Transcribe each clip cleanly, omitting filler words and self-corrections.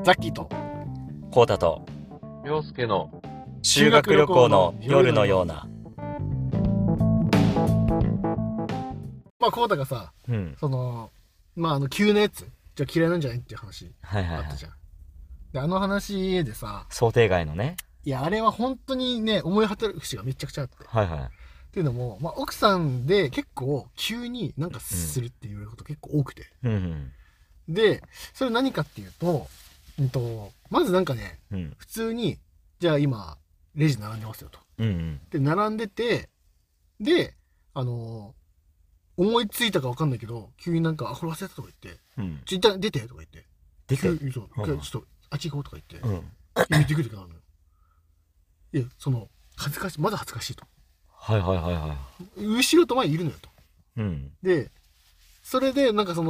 ザッキーとコウタと陽介の修学旅行の夜のような。 まあコウタがさ、 うん。 急なやつじゃ嫌いなんじゃないっていう話はいはいはいあったじゃん。で、あの話でさ、 想定外のね。 いやあれは本当にね、思い当たる節がめちゃくちゃあって。 はいはい。 っていうのも、まあ奥さんで結構急になんかするっていうこと結構多くて。 うんうんで、それ何かっていうと、まずなんかね、 うん普通に、じゃあ今、レジ並んでますよと。 うんうんで、並んでて、で、思いついたか分かんないけど、急になんか、あ、これ忘れたとか言って、 うん一旦出てとか言って、 出て急にそう、 うんちょっと、あっち行こうとか言って、 うん言ってくる時があるのよ。いや、恥ずかしい、まだ恥ずかしいと。 はいはいはいは後ろと前いるのよと。 い。うんで、それで、なんか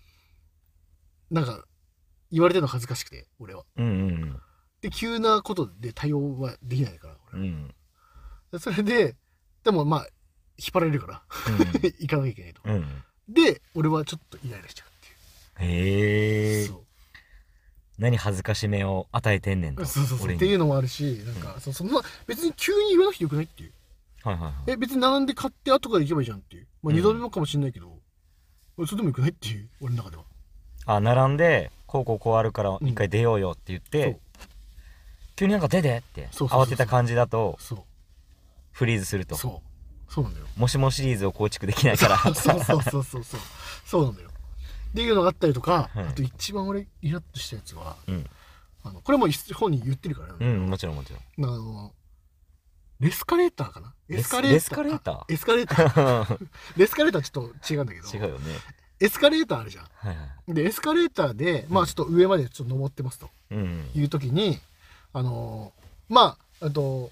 言われてるの恥ずかしくて、俺は。 うんうんで、急なことで対応はできないから、 う俺は。 んでそれで、でもまあ、引っ張られるから、行かなきゃいけないと。 うん。 で、俺はちょっとイライラしちゃうっていう。 へえ。 そう何恥ずかしめを与えてんねんと。 そう俺にっていうのもあるし、なんか、そんな、別に急に言わなくてよくないっていう。 はいはいはい。 別に並んで買って後から行けばいいじゃんっていう。まあ、 うん二度目かもしんないけど、それでもよくないっていう、俺の中では。 あ、並んでこうこうこうあるから一回出ようよって言って、急になんか出てってそうそうそうそう慌てた感じだとそう。 フリーズすると。 そうなんだよ。 もしもシリーズを構築できないからそうなんだよ。っていうのがあったりとか、 はいあと一番俺イラッとしたやつは、 うんこれも本に言ってるからね。 うん、もちろんもちろん。 レスカレーターかなレスカレーターあエスカレーターレスカレーターちょっと違うんだけど、 違うよね。 エスカレーターあるじゃん。 はいはい。 でエスカレーターでまあちょっと上までちょっと登ってますとうんいう時にまあ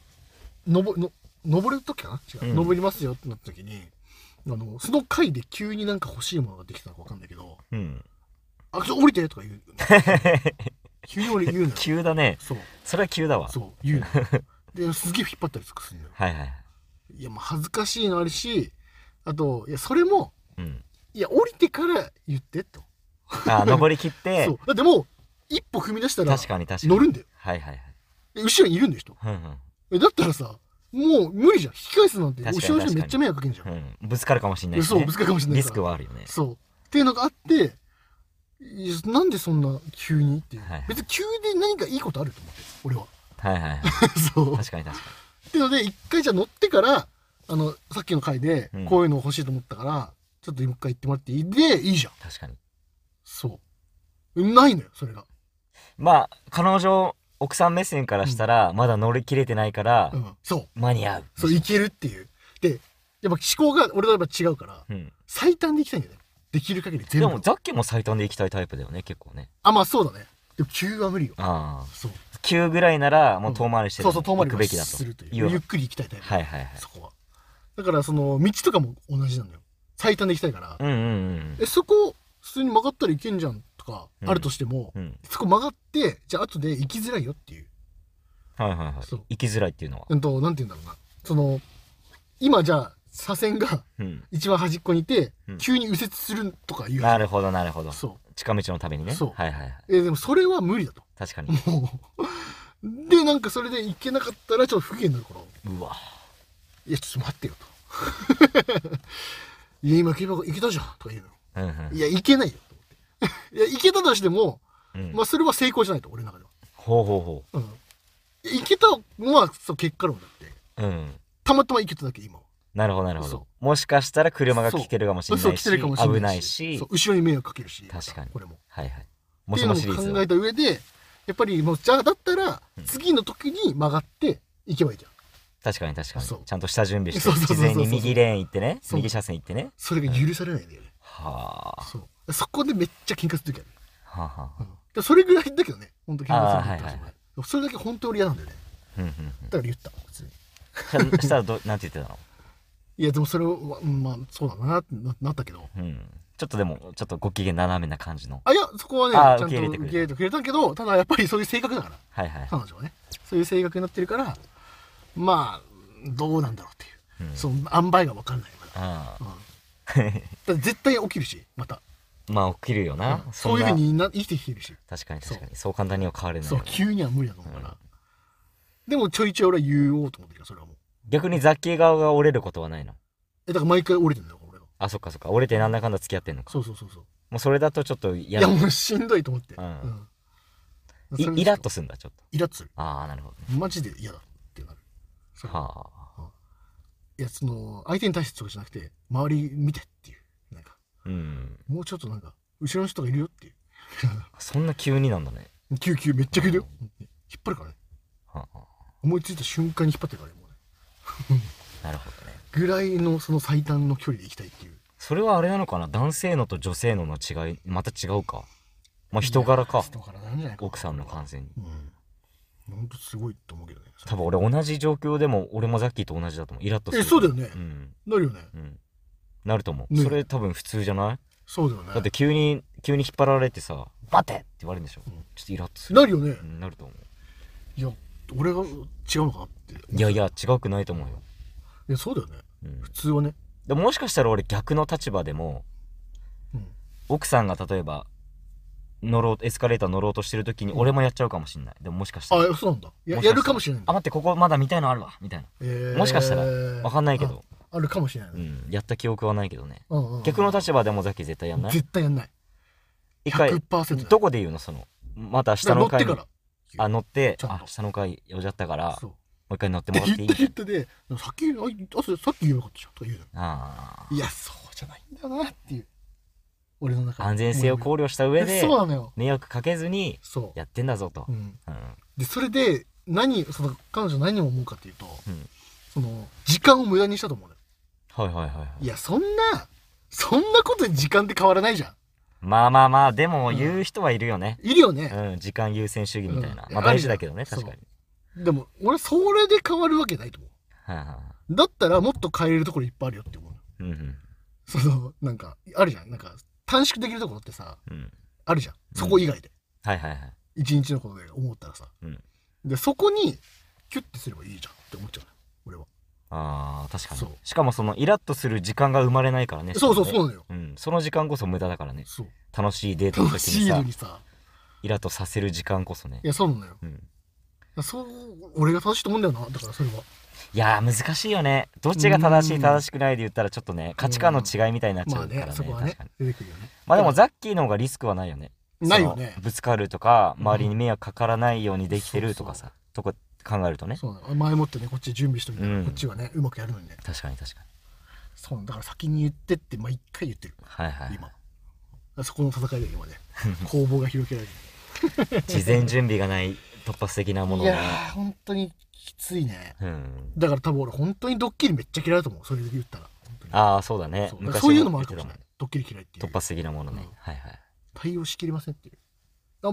登る時かな違う、 うん登りますよってなった時にその階で急になんか欲しいものができたのか分かんないけどうん 「あ、ちょっと降りて」とか言う急に俺言うのよ。 急だね。 そうそれは急だわ。 言うのですげえ引っ張ったりとかするのよ。 はいはい。 いやもう恥ずかしいのあるし、あといやそれもうん。 いや降りてから言ってと。 あ、登り切ってそうだってもう一歩踏み出したら確かに確かに乗るんだよ。 はいはいはい。 で後ろにいるんだよ人。 うんだったらさもう無理じゃん。引き返すなんて確かに後ろの人めっちゃ迷惑かけんじゃん。 うん。ぶつかるかもしれないしね。 そうぶつかるかもしれないリスからクはあるよね。 そうっていうのがあっていやなんでそんな急にっていう、 はいはい別に急で何かいいことあると思って俺は。 はいはいはい。 そう確かに確かっていうので一回じゃあ乗ってからさっきの回でうんこういうの欲しいと思ったから、ちょっともう一回言ってもらっていいでいいじゃん。 に。確かに。 そうないのよそれが。 まあ、彼女、奥さん目線からしたら、まだ乗り切れてないから、 そう間に合う。 そういけるっていうでやっぱ思考が俺とやっぱ違うからうん。 最短でいきたいんだよね。できる限り全部。 でも、ザッケも最短で行きたいタイプだよね、結構ね。 あ、まあそうだね。でも急は無理よ。 ああ。 そう急ぐらいなら、もう遠回りしてそうそう遠回り行くべきだと。 するといういうゆっくり行きたいタイプ。 はいはいはい。 そこはだから道とかも同じなんだよ。最短で行きたいから、 うんうんそこ普通に曲がったらいけんじゃんとかうんあるとしても、 うん。うん。 そこ曲がってじゃあ後で行きづらいよっていう。 はいはいはい。 そう行きづらいっていうのは。 なんて言うんだろうな、今じゃあ車線がうん。 一番端っこにいて、 うん急に右折するとか言う。 なるほどなるほど。 そ近道のためにね。 そうはいはいはい。 う。でもそれは無理だと。 確かに。 もうでなんかそれで行けなかったらちょっと不機嫌になるからうわ。 いやちょっと待ってよといや今行けたじゃんとか言うの。 うんうん。 いや行けないよと思っていや行けたとしても、 うんまあそれは成功じゃないと俺の中では。 ほうほうほ行けたのはそう結果論だってう。うん。 たまたま行けただけ今は。 なるほどなるほそど。もしかしたら車が来てるかもしれないし、 そう来てるかもしれないし危ないしそう。後ろに迷惑かけるし確かにこれもはいはい。もしっていうのももシリーズは。 考えた上でやっぱりもうじゃあだったらうん次の時に曲がって行けばいいじゃん。 確かに確かに。 そうちゃんと下準備して、 そうそうそうそう事前に右レーン行ってね、 そう右車線行ってね。 それが許されないんだよね。 はあ。 そうそこでめっちゃ喧嘩する時ある。 はあはあ。 でそれぐらいだけどね本当喧嘩する時あーはいはいはいそれだけ本当に嫌なんだよね。 うんうんだから言った普通に。 うん。したらなんて言ってたの？ いやでもそれをまあそうだなってなったけど、 うん。ちょっとでも、ちょっとご機嫌斜めな感じの。 あいやそこはねちあーゃんと受け入れてくれたけど、ただやっぱりそういう性格だからはいはい。 彼女はねそういう性格になってるからまあどうなんだろうっていう、 うんその塩梅が分かんないまだ。 ああ。 だって絶対起きるしまたまあ起きるよな、 そういうふうに生きてきてるし。 確かにそう簡単には変われないよね。 そう、急には無理だと思うから。でもちょいちょい俺は言おうと思ってるから、それはもう。 逆にザッキー側が折れることはないの？ だから毎回折れてんだよ、俺が。 あ、そっか折れてなんだかんだ付き合ってんのか。 そう。 もうそれだとちょっといや、もうしんどいと思って。 イラッとすんだ、ちょっと。 イラッとする。 ああ、なるほどね。 マジで嫌だってなる。 はあ。 いや、相手に対してとかじゃなくて、周り見てっていう。なんか、もうちょっとなんか、後ろの人がいるよっていう。 そんな急になんだね。 急めっちゃ急だよ。引っ張るからね。 はあ。 思いついた瞬間に引っ張ってるからね、もうね。 なるほどね。 ぐらいのその最短の距離で行きたいっていう。 それはあれなのかな、男性のと女性の違い、また違うか。まあ人柄か。 人柄なんじゃないか。 奥さんの完全に。 ほんとすごいと思うけどね。 多分俺同じ状況でも俺もザッキーと同じだと思う。イラッとする。 そうだよね。なるよね。 なると思う。それ多分普通じゃない？ そうだよね。 だって急に引っ張られてさ、待てって言われるんでしょ。ちょっとイラッとする。 なるよね。 なると思う。 いや、俺が違うのかなって。 いや違くないと思うよ。 いや、そうだよね。普通はね。 でももしかしたら俺逆の立場でも、奥さんが例えばエスカレーター乗ろうとしてる時に俺もやっちゃうかもしれない。でももしかしたら。 あ、そうなんだ。やるかもしれない。 あ、待って、ここまだ見たいのあるわみたいな。もしかしたらわかんないけど。 あるかもしれない。 やった記憶はないけどね。逆の立場でもザッキー絶対やんない？ 絶対やんない。 一回 100%。 どこで言うの？また下の階に。 乗ってから。 乗って、下の階用事あったから、もう一回乗ってもらっていい？ 言ってで、さっき言えばよかったじゃんとか言うの。いや、そうじゃないんだよなっていう。俺の中で。 安全性を考慮した上で、迷惑かけずにやってんだぞと。 で、それで、彼女何を思うかっていうと、時間を無駄にしたと思うのよ。いや、そんなことで時間って変わらないじゃん。 まあ、でも言う人はいるよね。 いるよね。 時間優先主義みたいな。まあ大事だけどね、確かに。 でも、俺それで変わるわけないと思う。だったらもっと変えれるところいっぱいあるよって思う。なんか、あるじゃん。なんか、短縮できるところってさ、あるじゃん。そこ以外で。一日のことで思ったらさ。で、そこに、キュッてすればいいじゃんって思っちゃう。俺は。 ああ、確かに。しかもイラッとする時間が生まれないからね。 そうなのよ。 その時間こそ無駄だからね。楽しいデートの時にさ、イラッとさせる時間こそね。 いや、そうなのよ。俺が正しいと思うんだよな。だからそれは。 いやー、難しいよね。どっちが正しい正しくないで言ったらちょっとね、価値観の違いみたいになっちゃうからね。 そこはね、出てくるよね。 まあでもザッキーの方がリスクはないよね。 ないよね。 ぶつかるとか、周りに迷惑かからないようにできてるとかさ、とか考えるとね。 前もってね、こっち準備してみたら、こっちはね、うまくやるのにね。 確かに。 そう、だから先に言ってって、一回言ってる。今。そこの戦いで今ね、攻防が広げられる。 事前準備がない突発的なものが。 いやー、本当にきついね。だから多分俺、本当にドッキリめっちゃ嫌いだと思う。それで言ったら。 ああ、そうだね。 そういうのもあるかもしれない。ドッキリ嫌いっていう。 突発的なものね。 対応しきれませんっていう。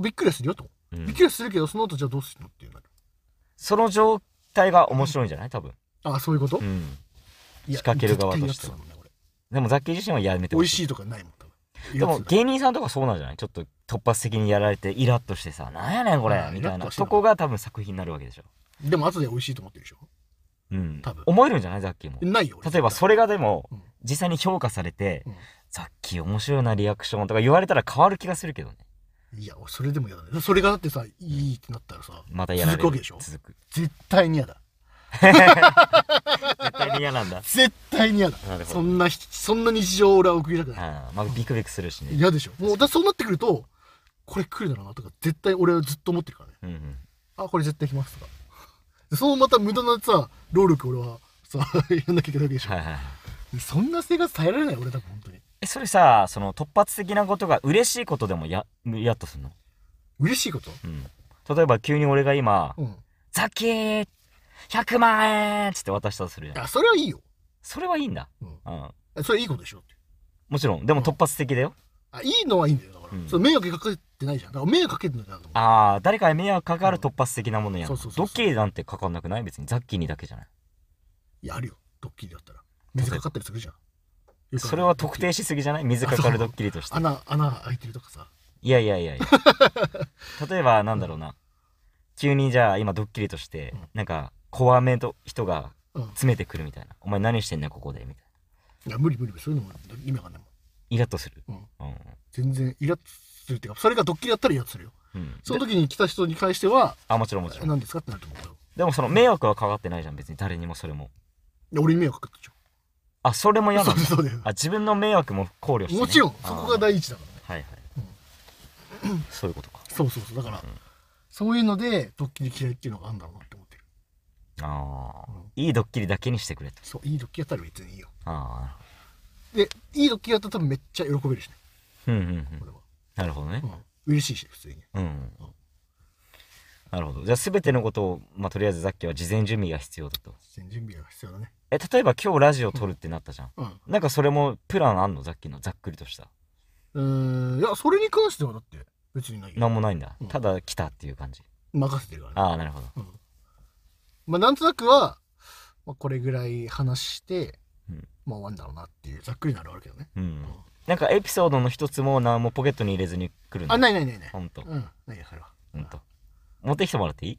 びっくりするよと。びっくりするけど、その後じゃあどうするのっていうなる。 その状態が面白いんじゃない？多分。 あ、そういうこと？ 仕掛ける側として。でもザッキー自身はやめてほしい。美味しいとかないもん。 でも芸人さんとかそうなんじゃない？ちょっと突発的にやられてイラッとしてさ、なんやねんこれみたいな。そこが多分作品になるわけでしょ。 でも後で美味しいと思ってるでしょ。 多分。思えるんじゃない？ザッキーも。 ないよ。 例えばそれがでも実際に評価されて、ザッキー面白いなリアクションとか言われたら変わる気がするけどね。いや、それでも嫌だね。それがだってさ、いいってなったらさ、 またやられる。 続くわけでしょ。 続く。 絶対に嫌だ。 絶対に嫌なんだ。 絶対に嫌だ。そんな日常を俺は送りたくない。 まあビクビクするしね。 嫌でしょ。もうそうなってくると、これ来るだろうなとか、絶対俺はずっと思ってるからね。あ、これ絶対来ますとか。そのまた無駄なさ、労力俺はさ、やんなきゃいけないわけでしょ。そんな生活耐えられない俺多分本当に。 それさ、突発的なことが嬉しいことでもやっとするの？ 嬉しいこと？ 例えば急に俺が今、ザッキー100万円っつって渡したとするじゃん。 それはいいよ。 それはいいんだ。 それいいことでしょって。 もちろん。でも突発的だよ。 いいのはいいんだよ。だから迷惑かけてないじゃん。だから迷惑かけてるんだと思う。 ああ、誰かに迷惑かかる突発的なものやん。ドッキリなんてかかんなくない？別にザッキーにだけじゃない。 いや、あるよ。ドッキリだったら。水かかったりするじゃん。 それは特定しすぎじゃない？水かかるドッキリとして。 穴開いてるとかさ。 いや。例えばなんだろうな。急にじゃあ今ドッキリとして、なんか怖めの人が詰めてくるみたいな。お前何してんねんここでみたいな。 いや、無理。そういうのも意味わかんないもん。 イラッとする。 全然イラッとするっていうか、それがドッキリだったらイラッとするよ。その時に来た人に関しては、 もちろんもちろん。 何ですかってなると思うよ。 でもその迷惑はかかってないじゃん、別に誰にもそれも。 俺に迷惑かかったじゃん。それも嫌なんだ。 そうだよ。 自分の迷惑も考慮して、ね。 もちろん、そこが第一だからね。はいはい。そういうことか。 そう。だから、そういうので、ドッキリ嫌いっていうのがあるんだろうなって思ってる。 いいドッキリだけにしてくれと。 そう、いいドッキリだったら別にいいよ。 で、 いいドッキリだったら多分めっちゃ喜べるしね。なるほどね。 嬉しいし、普通に。 なるほど。じゃあ全てのことを、とりあえずザッキーは事前準備が必要だと。 事前準備が必要だね。 例えば今日ラジオ撮るってなったじゃん。なんかそれもプランあんの？ザッキーのざっくりとした。 いや、それに関してはだって別にないよ。 なんもないんだ。ただ来たっていう感じ。 任せてるからね。なるほど。なんとなくは、これぐらい話して、終わんだろうなっていうざっくりなるわけどね。 なんかエピソードの一つも何もポケットに入れずに来るの？ ない。 ほんと。 ないよ、それは。 ほんと。持ってきてもらっていい？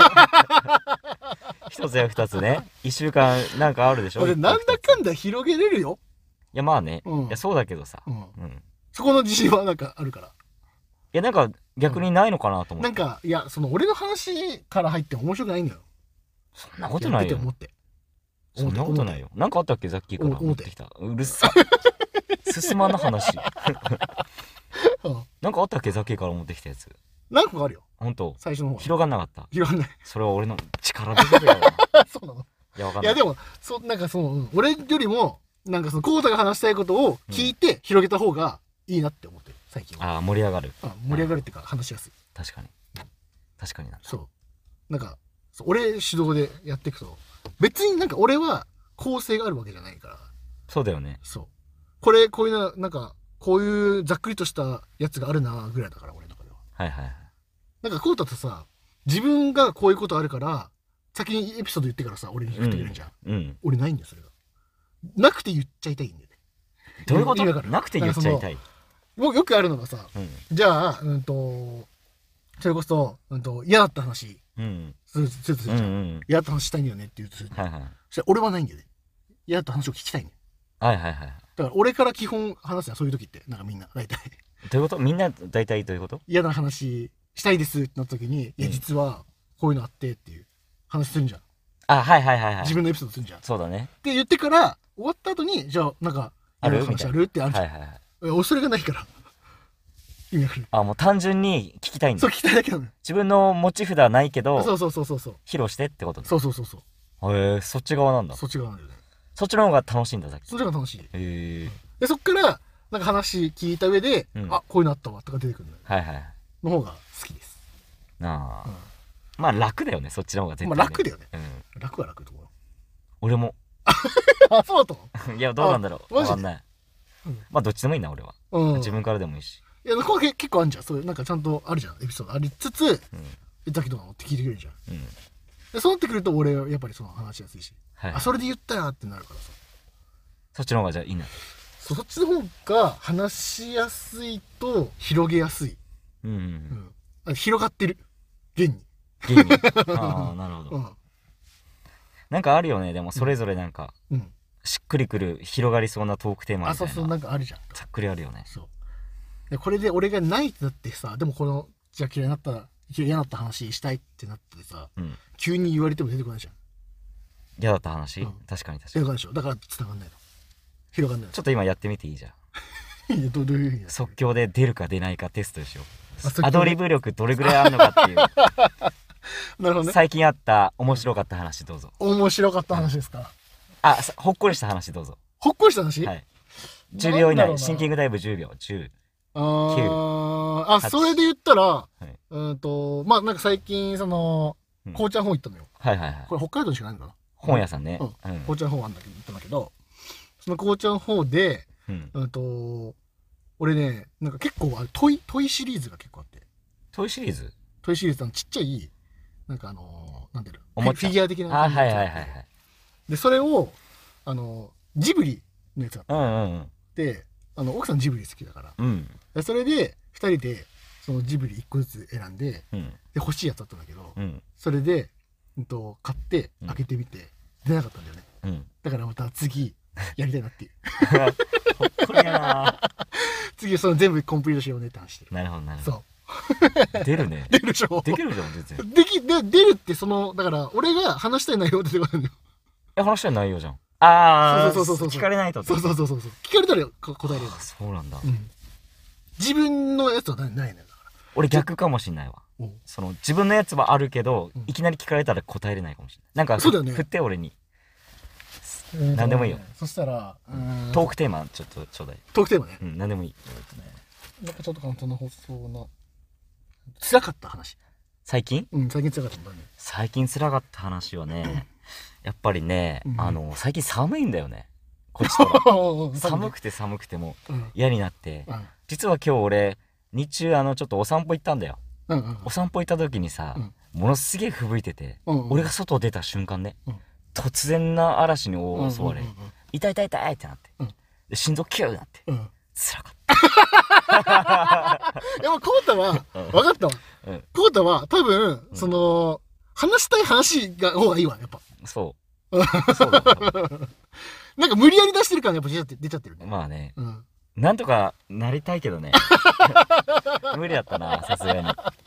一つや二つね。一週間なんかあるでしょ？ 俺なんだかんだ広げれるよ。 いやまあね。いやそうだけどさ。 そこの自信はなんかあるから。いやなんか逆にないのかなと思って。 なんか、いや、その俺の話から入って面白くないんだよ。 そんなことないよ。そんなことないよ。なんかあったっけザッキーから持ってきた。うるさ。進まんな話。なんかあったっけザッキーから持ってきたやつ。 何個かあるよ。 ほんと。 最初の方。 広がんなかった。 広がんない。 それは俺の力不足やわ。 そうなの？ いやわかんない。 いやでも、なんか俺よりも、なんかコウタが話したいことを聞いて広げた方がいいなって思ってる、最近は。 盛り上がる。 盛り上がるっていうか話しやすい。 確かに。確かにな。 そう。なんか、俺主導でやっていくと、別になんか俺は構成があるわけじゃないから。 そうだよね。 そう。こういうの、なんか、こういうざっくりとしたやつがあるなぐらいだから、俺の中では。 はいはいはい。 なんかコウタってさ、自分がこういうことあるから、先にエピソード言ってからさ、俺に振ってくれるじゃん。俺ないんだよ、それが。なくて言っちゃいたいんだよね。 どういうこと？なくて言っちゃいたい。 よくあるのがさ、じゃあ、それこそ、嫌だった話、するとするじゃん。嫌だった話したいんだよねって言うとする。そしたら俺はないんだよね。嫌だった話を聞きたいんだよ。 はいはいはい。 だから俺から基本話すよ、そういう時って。なんかみんな、大体。 どういうこと？みんな大体どういうこと？ 嫌な話したいですってなった時に、いや、実はこういうのあってっていう話するんじゃん。 はいはいはいはい。 自分のエピソードするんじゃん。 そうだね。 って言ってから、終わった後に、じゃあ、なんか、嫌な話あるってあるじゃん。俺それがないから。意味わかる？ もう単純に聞きたいんだ。 そう、聞きたいだけなのよ。 自分の持ち札はないけど、 そう。 披露してってことね。 そう。 そっち側なんだ。 そっち側なんだよね。 そっちの方が楽しいんだ、さっき。 そっちが楽しい。で、そっから、なんか話聞いた上で、こういうのあったわとか出てくるのよ。の方が好きです。 まあ楽だよね、そっちの方が絶対。 楽だよね。楽は楽と思う。 俺も。 そうだったの？いや、どうなんだろう。わかんない。まあ、どっちでもいいな、俺は。自分からでもいいし。 いや、これ結構あるじゃん。そういう、なんかちゃんとあるじゃん。エピソードありつつ、だけどなのって聞いてくれるじゃん。で、そうなってくると、俺、やっぱりその話しやすいし。それで言ったよってなるからさ。 そっちの方がじゃあいいな。 そっちの方が話しやすいと広げやすい。広がってる。現に。 なるほど。なんかあるよね。でもそれぞれなんか、しっくりくる広がりそうなトークテーマみたいな。 そう、なんかあるじゃん。 ざっくりあるよね。 そう。で、これで俺がないってなってさ、でもじゃあ嫌になった話したいってなってさ、急に言われても出てこないじゃん。 嫌だった話？確かに。 出てこないでしょ。だから伝わんないの。広がんないの。 ちょっと今やってみていいじゃん。 いや、どういう意味？ 即興で出るか出ないかテストでしょ。アドリブ力どれぐらいあるのかっていう。 なるほどね。 最近あった面白かった話どうぞ。 面白かった話ですか？ ほっこりした話どうぞ。 ほっこりした話？ はい。10秒以内、シンキングダイブ10秒。10、9、 それで言ったら、まあなんか最近こうちゃん本行ったのよ。これ北海道にしかないのかな。 本屋さんね。 こうちゃん本あんだけど行ったんだけど、そのこうちゃん本で、俺ね、なんか結構トイシリーズが結構あって。 トイシリーズちっちゃい、なんかなんていうの、フィギュア的な。で、それを、ジブリのやつだった。で、奥さんジブリ好きだから。それで、2人で、そのジブリ1個ずつ選んで、で、欲しいやつだったんだけど、それで、買って、開けてみて、出なかったんだよね。だからまた次、 やりたいなっていう。 ほっこりやな。 次その全部コンプリートしようねって話してる。 なるほどなるほそど。 う。 出るね。 出るでしょ。 できるじゃん、全然。 出るってだから俺が話したい内容ってことなんだよ。 話したい内容じゃん。ああ、 そう聞かれないと。 そう。聞かれたら答えれる。 そうなんだ。 自分のやつはないのよ。 俺逆かもしんないわ。自分のやつはあるけど、いきなり聞かれたら答えれないかもしれない。なんか、振って俺に。何でもいいよ。 そしたら、 トークテーマちょっとちょうだい。 トークテーマね。 何でもいい。 なんかちょっと簡単な放送な。辛かった話。 最近？ 最近辛かったんだね。 最近辛かった話はね、やっぱりね、最近寒いんだよね。こっちとら。寒くても嫌になって、実は今日俺、日中ちょっとお散歩行ったんだよ。お散歩行った時にさ、ものすげえ吹雪いてて、俺が外出た瞬間ね、突然な嵐に襲われ、痛いってなって、心臓キューなって、辛かった。 いや、コウタは、分かったわ。コウタは、多分、話したい話が方がいいわ、やっぱ。 そう。 なんか無理やり出してる感がやっぱ出ちゃってるね。 まあね。なんとかなりたいけどね。無理だったな、さすがに。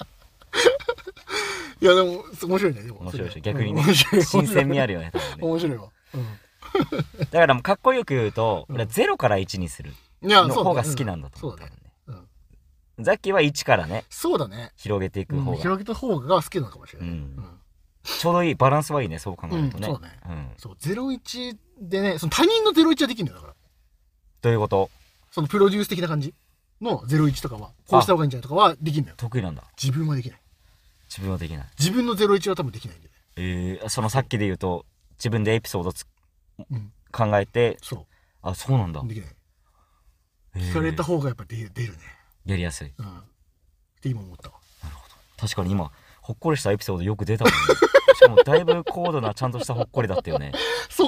いや、でも、面白いね、でも。 面白いでしょ、逆にね。新鮮味あるよね、多分ね。 面白いわ。 だからもうかっこよく言うと、俺は0から1にするの方が好きなんだと思う。そうだね。ザッキーは1からね。 そうだね。 広げていく方が。 広げた方が好きなのかもしれない。 ちょうどいい、バランスはいいね、そう考えるとね。 そうね。そう、01でね、他人の01はできるんだよ、だから。 どういうこと？ プロデュース的な感じの01とかは、こうした方がいいんじゃないとかはできるんだよ。 得意なんだ。 自分はできない。 自分はできない。 自分の01は多分できないんだよね。さっきで言うと、自分でエピソード考えて、そうなんだ。 できない。聞かれた方がやっぱ出るね。 やりやすい。 って今思ったわ。 なるほど。確かに今、ほっこりしたエピソードよく出たもんね。しかもだいぶ高度なちゃんとしたほっこりだったよね。 そう。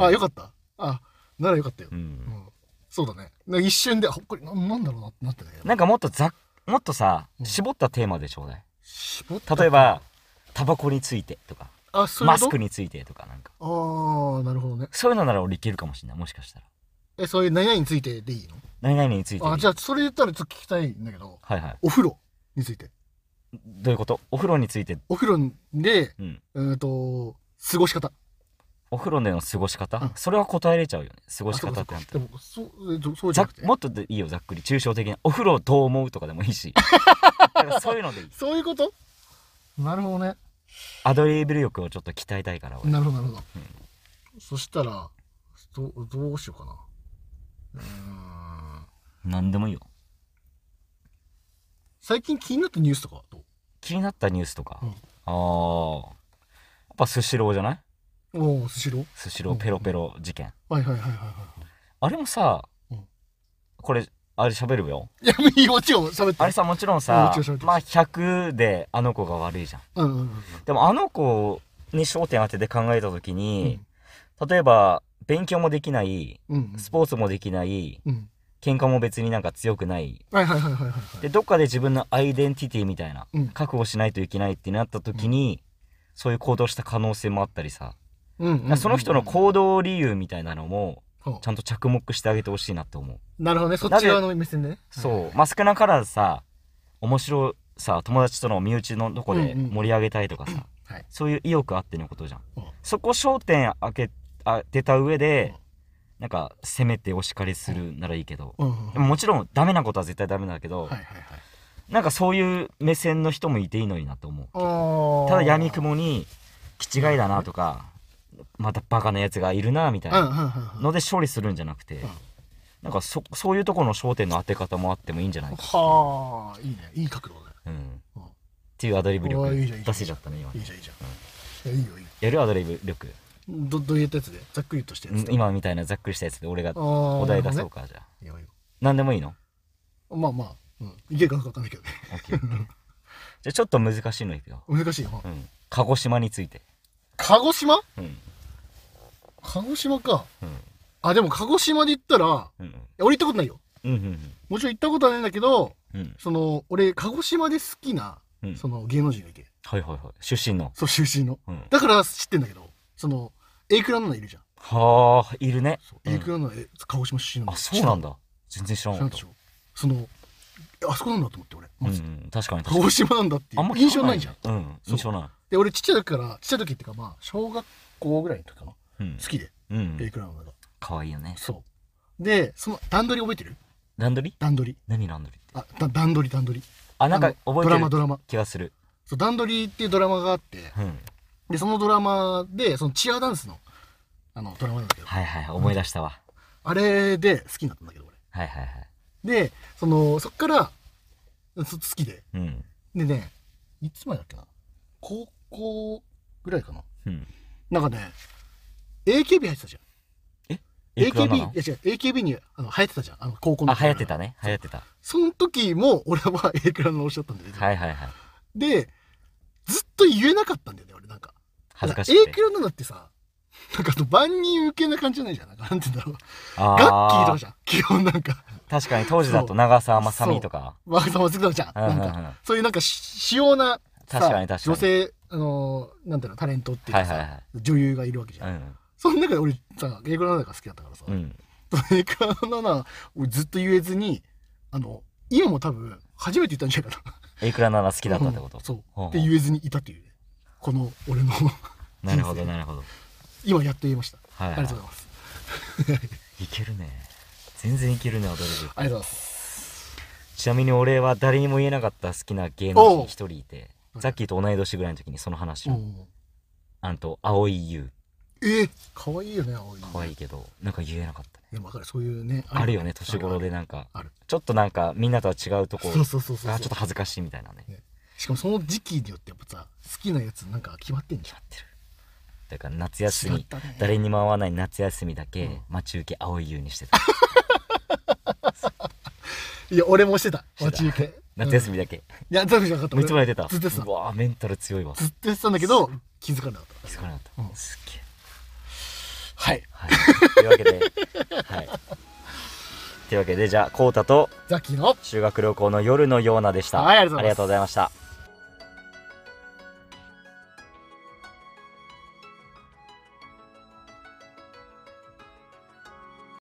よかった。ならよかったよ。そうだね。一瞬でほっこりなんだろうなってなってたけど。 なんかもっとさ、絞ったテーマでちょうだい。例えばタバコについてとか、マスクについてとか、なんか。 なるほどね。 そういうのなら俺いけるかもしれない、もしかしたら。 そういう何々についてでいいの？ 何々について。 じゃあそれ言ったらちょっと聞きたいんだけど。 はいはい。 お風呂について。 どういうこと？お風呂について。 お風呂で過ごし方。 お風呂での過ごし方、それは答えれちゃうよね。過ごし方ってなって。 でもそうじゃなくて、 もっといいよ、ざっくり抽象的な。お風呂どう思うとかでもいいし。だからそういうのでいい。 そういうこと？なるほどね。 アドリブ力をちょっと鍛えたいから俺。 なるほど。そしたらどうしようかな。 なんでもいいよ。 最近気になったニュースとかはどう？ 気になったニュースとか。やっぱスシローじゃない？ スシローペロペロ事件。 はい。 あれもさ、これあれ喋るよ。 いや、もちろん喋って。 あれさ、もちろんさ、まあ100であの子が悪いじゃん。でもあの子に焦点当てて考えた時に、例えば勉強もできない、スポーツもできない、喧嘩も別になんか強くない。で、どっかで自分のアイデンティティみたいな、覚悟しないといけないってなった時に、そういう行動した可能性もあったりさ。その人の行動理由みたいなのもちゃんと着目してあげてほしいなって思う。 なるほどね、そっち側の目線でね。 そう、まあ少なからずさ、面白さ、友達との身内のとこで盛り上げたいとかさ、そういう意欲あってのことじゃん。そこ焦点当てた上でなんか攻めてお叱りするならいいけど、でももちろんダメなことは絶対ダメだけど、なんかそういう目線の人もいていいのになと思う。ただ闇雲に気違いだなとか、またバカなやつがいるなみたいなので勝利するんじゃなくて、なんかそういうところの焦点の当て方もあってもいいんじゃないか。 はあ、いいね、いい角度だね。 っていうアドリブ力出せちゃったね今。 いいじゃん。いいよ。 やるアドリブ力。 どういったやつで？ざっくりとしたやつ。 今みたいなざっくりしたやつで俺がお題出そうか。じゃあ何でもいいの？ まあいけるか分かんないけどね。 じゃあちょっと難しいのいくよ。 難しいよ。 鹿児島について。 鹿児島？鹿児島か。でも鹿児島で言ったら、俺行ったことないよ。もちろん行ったことはないんだけど、俺鹿児島で好きな芸能人がいて。 出身の。 そう、出身の。だから知ってんだけど、A クラのいるじゃん。 はあ、いるね。 エイクラナナ、鹿児島出身なんだ。 あ、そうなんだ。全然知らなかった。 そのあそこなんだと思って俺まず、 確かに鹿児島なんだっていう印象ないじゃん。 印象ない。 で俺ちっちゃい時っていうかまあ小学校ぐらいの時かな、好きで、エイクラナナが可愛いよね。 そうで、その段取り覚えてる？ 段取り？ 段取り。 何段取り？ あ、段取り。 あ、なんか覚えてるドラマ気がする。 そう、段取りっていうドラマがあって、でそのドラマでそのチアダンスのドラマなんだけど、 はいはい、思い出したわ。 あれで好きになったんだけど俺。 はいはいはい。 でそっから好きで、でね、いつまでだっけな、高校ぐらいかな、なんかね AKB 入ってたじゃん。AKB、いや違う、AKB に流行ってたじゃん、高校の。 あ、流行ってたね、流行ってた。 その時も俺は A クラの推しだったんだよね。 はいはいはい。 でずっと言えなかったんだよね俺。なんか恥ずかしい。 A クラのだってさ、なんか万人受けな感じじゃないじゃん。なんて言うんだろう、ガッキーとかじゃん基本。なんか確かに当時だと長澤まさみとか長澤まさみとかじゃん。なんかそういうなんか主要なさ女性なんていうのタレントっていうかさ、女優がいるわけじゃん。その中で俺さ、エイクラナナが好きだったからさ、エイクラナナをずっと言えずに、今も多分初めて言ったんじゃないかな。 エイクラナナ好きだったってこと？ そうって言えずにいたっていう、この俺のなるほどなるほど。 今やっと言えました。ありがとうございます。 いけるね、全然いけるね、踊れる。 ありがとうございます。 ちなみに俺は誰にも言えなかった好きな芸能人一人いて、ザッキーと同い年ぐらいの時にその話を、蒼井優。 可愛いよね、青い。 可愛いけどなんか言えなかったね。 でも分かる、そういうねあるよね、年頃でなんかちょっとなんかみんなとは違うとこがちょっと恥ずかしいみたいなね。 しかもその時期によってやっぱさ、好きなやつなんか決まってんじゃん。 だから夏休み、誰にも会わない夏休みだけ待ち受け蒼井優にしてた。 いや俺もしてた、待ち受け。 夏休みだけ。いや全部じゃなかった。 いつもやってた。 ずっとやってた。 うわメンタル強いわ。 ずっとやってたんだけど気づかなかった。 気づかなかった。すっげえ。 はい。 というわけで、はい。というわけでじゃあコウタとザッキーの修学旅行の夜のようなでした。 はい、ありがとうございます。 ありがとうございました。